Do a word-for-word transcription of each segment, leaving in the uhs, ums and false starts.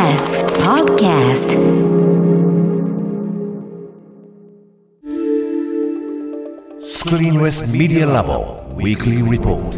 エス Podcast Screen West Media Labo Weekly Report。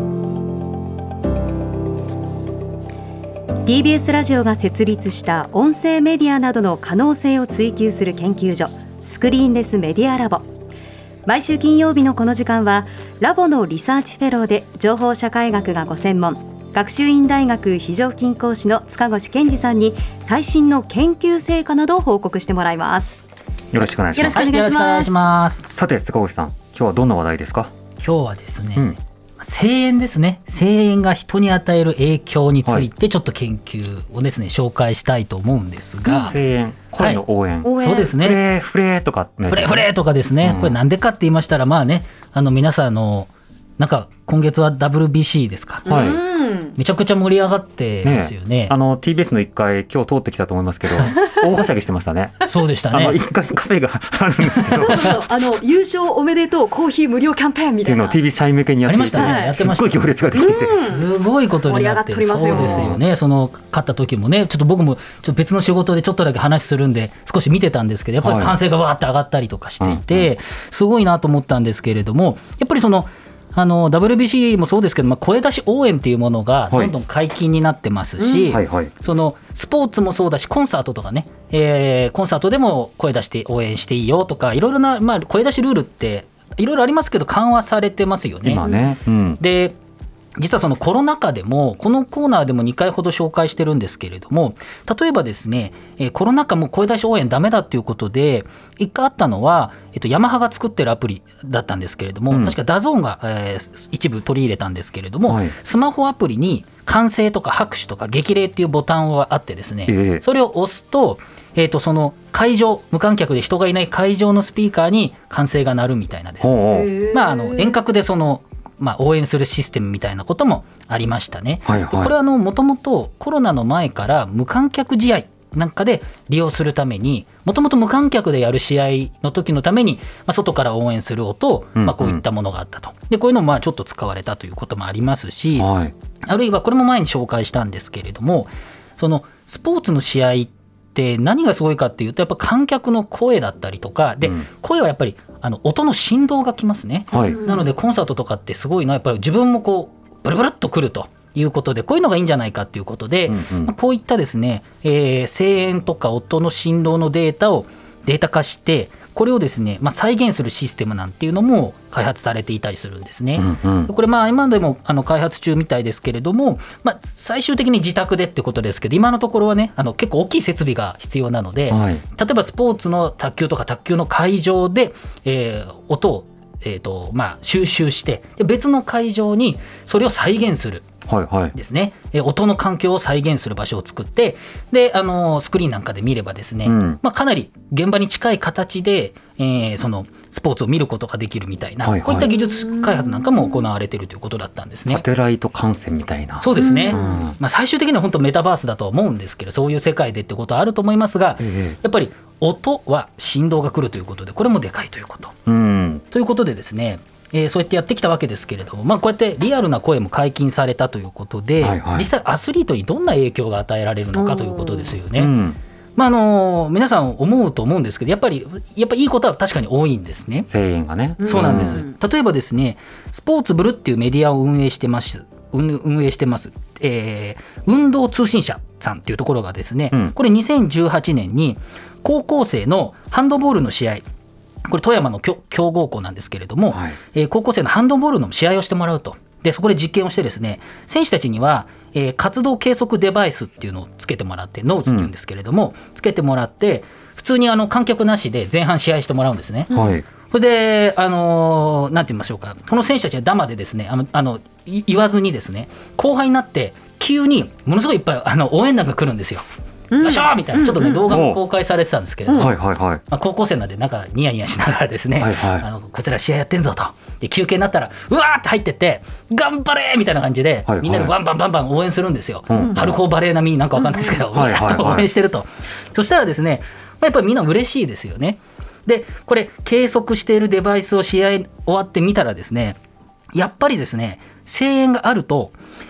ティービーエス ラジオが設立した音声メディアなどの可能性を追求する研究所、スクリーンレスメディアラボ。毎週金曜日のこの時間はラボのリサーチフェローで情報社会学がご専門、学習院大学非常勤講師の塚越健二さんに最新の研究成果などを報告してもらいます。 よろしくお願いします。 よろしくお願いします。 はい、よろしくお願いします。 さて塚越さん、今日はどんな話題ですか？ 今日はですね、 うん、 声援ですね。声援が人に与える影響についてちょっと研究をですね、紹介したいと思うんですが、 声援、声の応援、 はい、そうですね。 フレーフレーとか、ね、 フレフレとかですね、うん、これなんでかって言いましたら、まあね、あの皆さんあのなんか今月は ダブリュービーシー ですか、 はい、 めちゃくちゃ盛り上がってますよね。 ね、あの ティービーエス のいっかい今日通ってきたと思いますけど大はしゃぎしてましたね。 そうでしたね。 あのいっかいカフェがあるんですけどそうそう、あの優勝おめでとうコーヒー無料キャンペーンみたいなっていうのを ティービー 社員向けにやっていて、 ありましたね、やってました。 すっごい行列ができてて、 すごいことになって、 盛り上がっておりますよ。 そうですよね。その勝った時もね、ちょっと僕もちょっと別の仕事でちょっとだけ話するんで少し見てたんですけど、やっぱり歓声がわーって上がったりとかしていて、はい、すごいなと思ったんですけれども、やっぱりそのあの ダブリュービーシー もそうですけど、まあ、声出し応援っていうものがどんどん解禁になってますし、はい、うんはいはい、そのスポーツもそうだし、コンサートとかね、えー、コンサートでも声出して応援していいよとか、いろいろな、まあ、声出しルールっていろいろありますけど緩和されてますよね。 今ね、うん、で実はそのコロナ禍でもこのコーナーでもにかいほど紹介してるんですけれども、例えばですね、えー、コロナ禍も声出し応援ダメだっていうことでいっかいあったのは、えっと、ヤマハが作ってるアプリだったんですけれども、うん、確かダゾーンが、えー、一部取り入れたんですけれども、はい、スマホアプリに歓声とか拍手とか激励っていうボタンがあってですね、えー、それを押すと、えー、とその会場、無観客で人がいない会場のスピーカーに歓声が鳴るみたいなですね、まあ、あの遠隔でそのまあ、応援するシステムみたいなこともありましたね。はいはい、でこれはもともとコロナの前から無観客試合なんかで利用するために、もともと無観客でやる試合の時のために、まあ、外から応援する音、まあ、こういったものがあったと。でこういうのもまあちょっと使われたということもありますし、はい、あるいはこれも前に紹介したんですけれども、そのスポーツの試合って何がすごいかっていうと、やっぱ観客の声だったりとかで、うん、声はやっぱりあの音の振動がきますね。はい、なのでコンサートとかってすごいのはやっぱり自分もこうブルブルっとくるということで、こういうのがいいんじゃないかということで、うんうん、まあ、こういったですね、えー、声援とか音の振動のデータをデータ化して、これをですね、まあ、再現するシステムなんていうのも開発されていたりするんですね。うんうん、これまあ今でもあの開発中みたいですけれども、まあ、最終的に自宅でってことですけど、今のところはね、あの結構大きい設備が必要なので、はい、例えばスポーツの卓球とか卓球の会場で、えー、音を、えーとまあ、収集して、で別の会場にそれを再現するですね、はいはい、音の環境を再現する場所を作って、であのスクリーンなんかで見ればですね、うん、まあ、かなり現場に近い形で、えー、そのスポーツを見ることができるみたいな、はいはい、こういった技術開発なんかも行われているということだったんですね。 サテライト観戦みたいな。 そうですね、 うん、 まあ、最終的には本当メタバースだと思うんですけど、そういう世界でってことはあると思いますが、えー、やっぱり音は振動が来るということで、これもでかいということ、うん、ということでですね、えー、そうやってやってきたわけですけれども、まあ、こうやってリアルな声も解禁されたということで、はいはい、実際アスリートにどんな影響が与えられるのかということですよね。うん、まあ、あの皆さん思うと思うんですけど、やっぱりやっぱりいいことは確かに多いんですね。 声援がね。 そうなんです。うん、例えばですね、スポーツブルっていうメディアを運営してます運営してます、えー、運動通信社さんっていうところがですね、うん、これにせんじゅうはちねんに高校生のハンドボールの試合、これ富山の強豪校なんですけれども、はい、えー、高校生のハンドボールの試合をしてもらうと。でそこで実験をしてですね、選手たちには、えー、活動計測デバイスっていうのをつけてもらって、ノーズっていうんですけれども、うん、つけてもらって普通にあの観客なしで前半試合してもらうんですね。はい、それで、あのー、なんて言いましょうか、この選手たちはダマでですね、あのあの言わずにですね、後輩になって急にものすごいいっぱいあの応援団が来るんですよ。よっしゃーみたいな、ちょっとね、動画も公開されてたんですけれども、はいはいはい、まあ、高校生なんでなんかニヤニヤしながらですね、はいはい、あのこちら試合やってんぞと。で休憩になったらうわーって入ってって頑張れみたいな感じで、はいはい、みんなでバンバンバンバン応援するんですよ。うん、春高バレー並みなんかわかんないですけど、うん、はいはいはい、応援してると。そしたらですね、やっぱりみんな嬉しいですよね。でこれ計測しているデバイスを試合終わってみたらですね、やっぱりですね、声援があると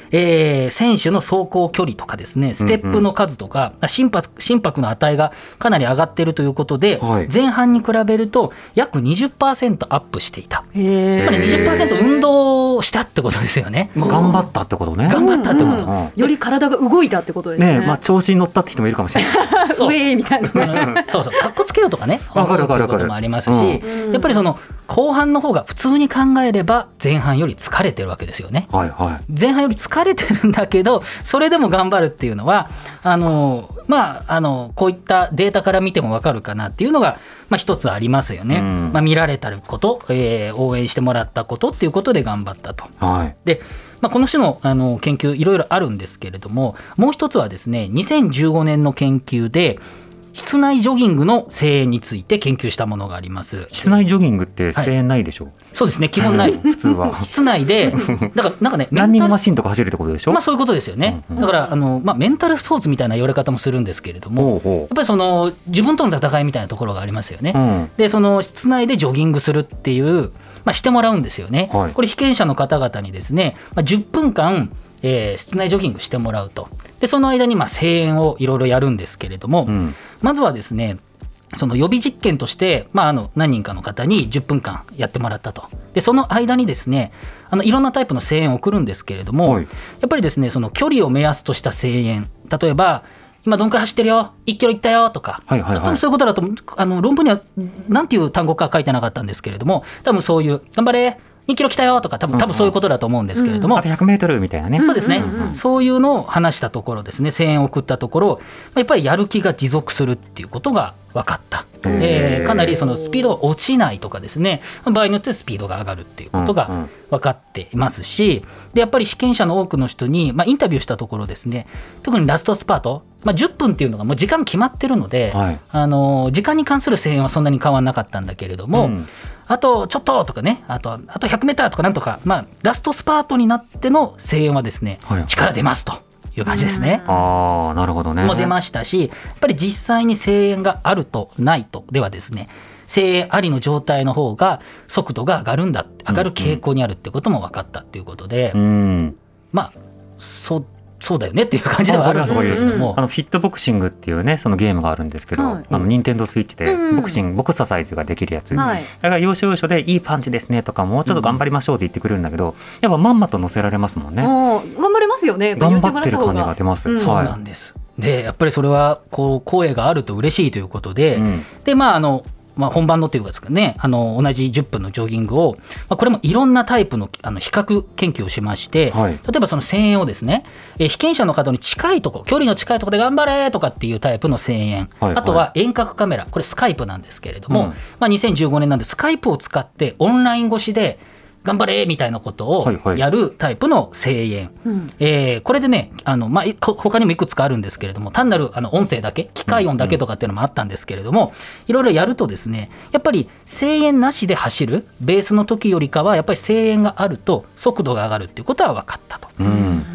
えー、選手の走行距離とかですねステップの数とか、うんうん、心拍、心拍の値がかなり上がっているということで、はい、前半に比べると約 にじゅっパーセント アップしていた。つまり にじゅっパーセント 運動したってことですよね。 頑張ったってことね。 頑張ったってこと、うんうん、より体が動いたってことですね。 ね、まあ、調子に乗ったって人もいるかもしれないウェーみたいなそうそう、かっこつけようとかね思うということもありますし、うん、やっぱりその後半の方が普通に考えれば前半より疲れてるわけですよね、はいはい、前半より疲れてるんだけどそれでも頑張るっていうのはあの、まあ、あのこういったデータから見ても分かるかなっていうのが、まあ、一つありますよね、うんまあ、見られたこと、えー、応援してもらったことっていうことで頑張ったと、はい、でまあ、この種 の, あの研究いろいろあるんですけれども、もう一つはですねにせんじゅうごねんの研究で室内ジョギングの声援について研究したものがあります。 室内ジョギングって声援ないでしょ、はい、 そうですね、基本ない普通は室内でだからなんかねランニングマシンとか走るってことでしょ。 まあそういうことですよね、うんうん、だからあの、まあ、メンタルスポーツみたいな言われ方もするんですけれども、やっぱりその自分との戦いみたいなところがありますよね、うん、でその室内でジョギングするっていう、まあ、してもらうんですよね、はい、これ被験者の方々にですね、まあ、じゅっぷんかんえー、室内ジョギングしてもらうと。でその間にまあ声援をいろいろやるんですけれども、うん、まずはですねその予備実験として、まあ、あの何人かの方にじゅっぷんかんやってもらったと。でその間にですねあのいろんなタイプの声援を送るんですけれども、はい、やっぱりですねその距離を目安とした声援、例えば今どんくらい走ってるよいっキロ行ったよとか、はいはいはい、多分そういうことだとあの論文には何ていう単語か書いてなかったんですけれども、多分そういう頑張れにキロ来たよとか多分多分そういうことだと思うんですけれども、うんうん、 あとひゃくメートルみたいなね。 そうですね、うんうん、そういうのを話したところですね、声援を送ったところやっぱりやる気が持続するっていうことが分かった、えー、かなりそのスピードが落ちないとかですね、場合によってスピードが上がるっていうことが分かっていますし、でやっぱり被験者の多くの人に、まあ、インタビューしたところですね、特にラストスパート、まあ、じゅっぷんっていうのがもう時間決まってるので、はい、あの時間に関する声援はそんなに変わらなかったんだけれども、うんあとちょっととかね、あと、あとひゃくメーターとかなんとか、まあ、ラストスパートになっての声援はですね、はい、力出ますという感じですね。 あー、なるほどね。 もう出ましたし、やっぱり実際に声援があるとないとではですね、声援ありの状態の方が速度が上がるんだ、上がる傾向にあるってことも分かったっていうことで、うんうん、まあそうそうだよねっていう感じではあるんですけれども、 あのフィットボクシングっていうねそのゲームがあるんですけど、はい、あの任天堂スイッチでボクシング、うん、ボクササイズができるやつ、はい、だから要所要所でいいパンチですねとかもうちょっと頑張りましょうって言ってくれるんだけど、やっぱまんまと乗せられますもんね。 頑張れますよね。 頑張ってる感じが出ます、うん、 そうなんです。でやっぱりそれはこう声があると嬉しいということで、うん、でまああのまあ、本番のというかですかね、あの同じじゅっぷんのジョギングを、まあ、これもいろんなタイプ の, あの比較研究をしまして、はい、例えばその声援をですね、え被験者の方に近いところ、距離の近いところで頑張れとかっていうタイプの声援、はいはい、あとは遠隔カメラ、これスカイプなんですけれども、うんまあ、にせんじゅうごねんなんでスカイプを使ってオンライン越しで頑張れみたいなことをやるタイプの声援、はいはいえー、これでねあの、まあ、他にもいくつかあるんですけれども、単なるあの音声だけ機械音だけとかっていうのもあったんですけれども、いろいろやるとですねやっぱり声援なしで走るベースの時よりかはやっぱり声援があると速度が上がるっていうことは分かったと、うん、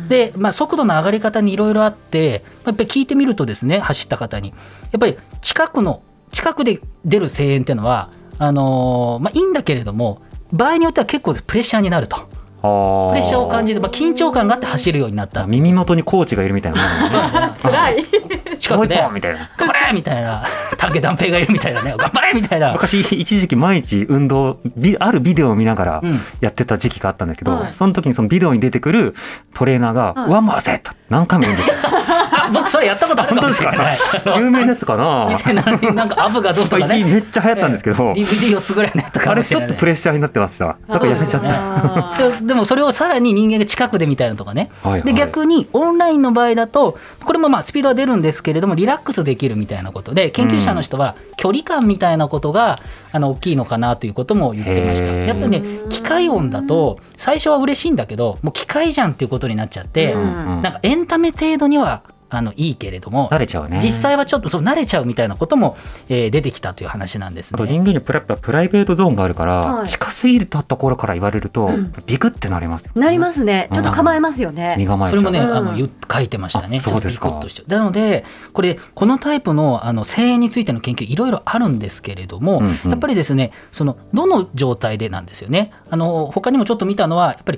で、まあ、速度の上がり方にいろいろあってやっぱり聞いてみるとですね、走った方にやっぱり近くの近くで出る声援っていうのはあのーまあ、いいんだけれども場合によっては結構プレッシャーになると、プレッシャーを感じて、まあ、緊張感があって走るようになった。 耳元にコーチがいるみたいな、ね、 辛い近くで頑張れみたいな武断平がいるみたいなね、頑張れみたいな。 昔一時期毎日運動あるビデオを見ながらやってた時期があったんだけど、うん、その時にそのビデオに出てくるトレーナーがワン回せと何回も言うんですよ僕それやったことあるかもしれない。 有名なやつかな。 にせんななねんなんかアブがどうとかねめっちゃ流行ったんですけど、 ディーブイディーよっつぐらいのやったかもしれない。 あれちょっとプレッシャーになってました。だからやめちゃったで, でもそれをさらに人間が近くで見たいのとかね、はいはい、で逆にオンラインの場合だとこれもまあスピードは出るんですけれどもリラックスできるみたいなことで、研究者の人は距離感みたいなことがあの大きいのかなということも言ってました。やっぱりね機械音だと最初は嬉しいんだけどもう機械じゃんっていうことになっちゃって、うん、なんかエンタメ程度にはあのいいけれども慣れちゃうね、 実際はちょっとそう慣れちゃうみたいなことも、えー、出てきたという話なんですね。 あと人間にプラ、プライベートゾーンがあるから、はい、近すぎたところから言われると、うん、ビクってなりますよね。 なりますね。ちょっと構えますよね、 うん、身構えちゃう。 それもね、うん、あの書いてましたね。 そうですか。 ちょっとビクッとしちゃう。なのでこれこのタイプ の, あの声援についての研究いろいろあるんですけれども、うんうん、やっぱりですねそのどの状態でなんですよね。あの他にもちょっと見たのはやっぱり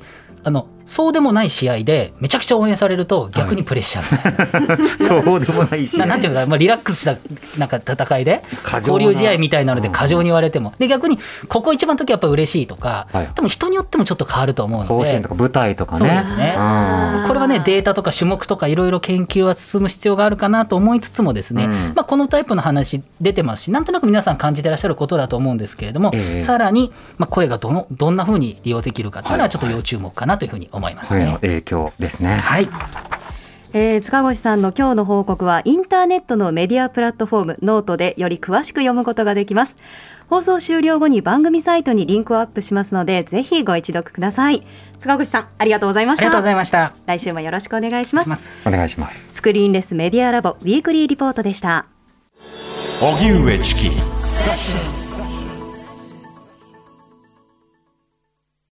あのそうでもない試合でめちゃくちゃ応援されると逆にプレッシャーみたいな、はい、 そうでもない試合ななんていうか、まあ、リラックスしたなんか戦いで交流試合みたいなので過剰に言われても、で逆にここ一番の時やっぱ嬉しいとか、はい、でも人によってもちょっと変わると思うので、 甲子園とか舞台とかね、 そうですね、これはねデータとか種目とかいろいろ研究は進む必要があるかなと思いつつもですね、うんまあ、このタイプの話出てますし、なんとなく皆さん感じてらっしゃることだと思うんですけれども、えー、さらに、まあ、声がどのどんな風に利用できるかというのはちょっと要注目かなというふうに思いますね。 声の影響ですね。 はい、 えー、塚越さんの今日の報告はインターネットのメディアプラットフォームノートでより詳しく読むことができます。放送終了後に番組サイトにリンクをアップしますので、ぜひご一読ください。塚越さん、ありがとうございました。 ありがとうございました。 来週もよろしくお願いします。 お願いします。 スクリーンレスメディアラボウィークリーリポートでした。 荻上チキ